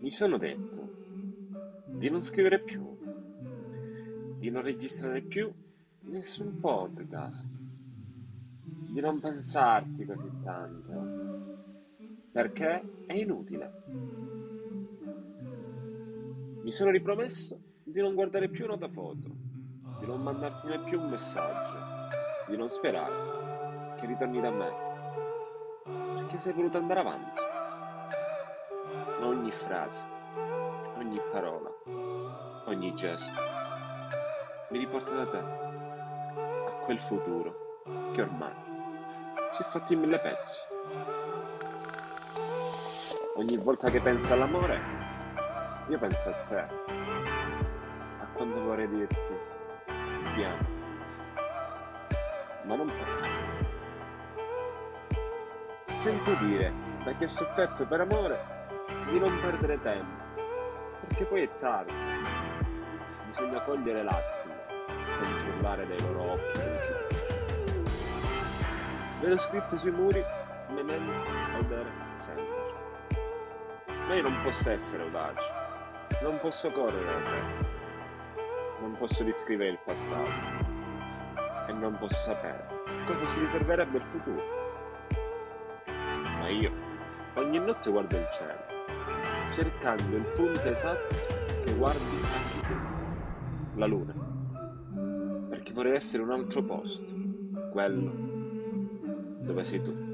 Mi sono detto di non scrivere più, di non registrare più nessun podcast, di non pensarti così tanto, perché è inutile. Mi sono ripromesso di non guardare più una tua foto, di non mandarti mai più un messaggio, di non sperare che ritorni da me, perché sei voluto andare avanti. Ma ogni frase, ogni parola, ogni gesto mi riporta da te, a quel futuro che ormai si è fatto in mille pezzi. Ogni volta che penso all'amore, io penso a te, a quando vorrei dirti ti amo, ma non posso. Sento dire da chi ha sofferto per amore di non perdere tempo, perché poi è tardi. Bisogna cogliere l'attimo, senza urlare dai loro occhi lucidi. Vedo scritto sui muri memento audere sempre. Ma io non posso essere audace, non posso correre da te, non posso riscrivere il passato e non posso sapere cosa ci riserverebbe il futuro. Ma io ogni notte guardo il cielo, cercando il punto esatto che guardi anche tu, la luna, perché vorrei essere un altro posto, quello dove sei tu.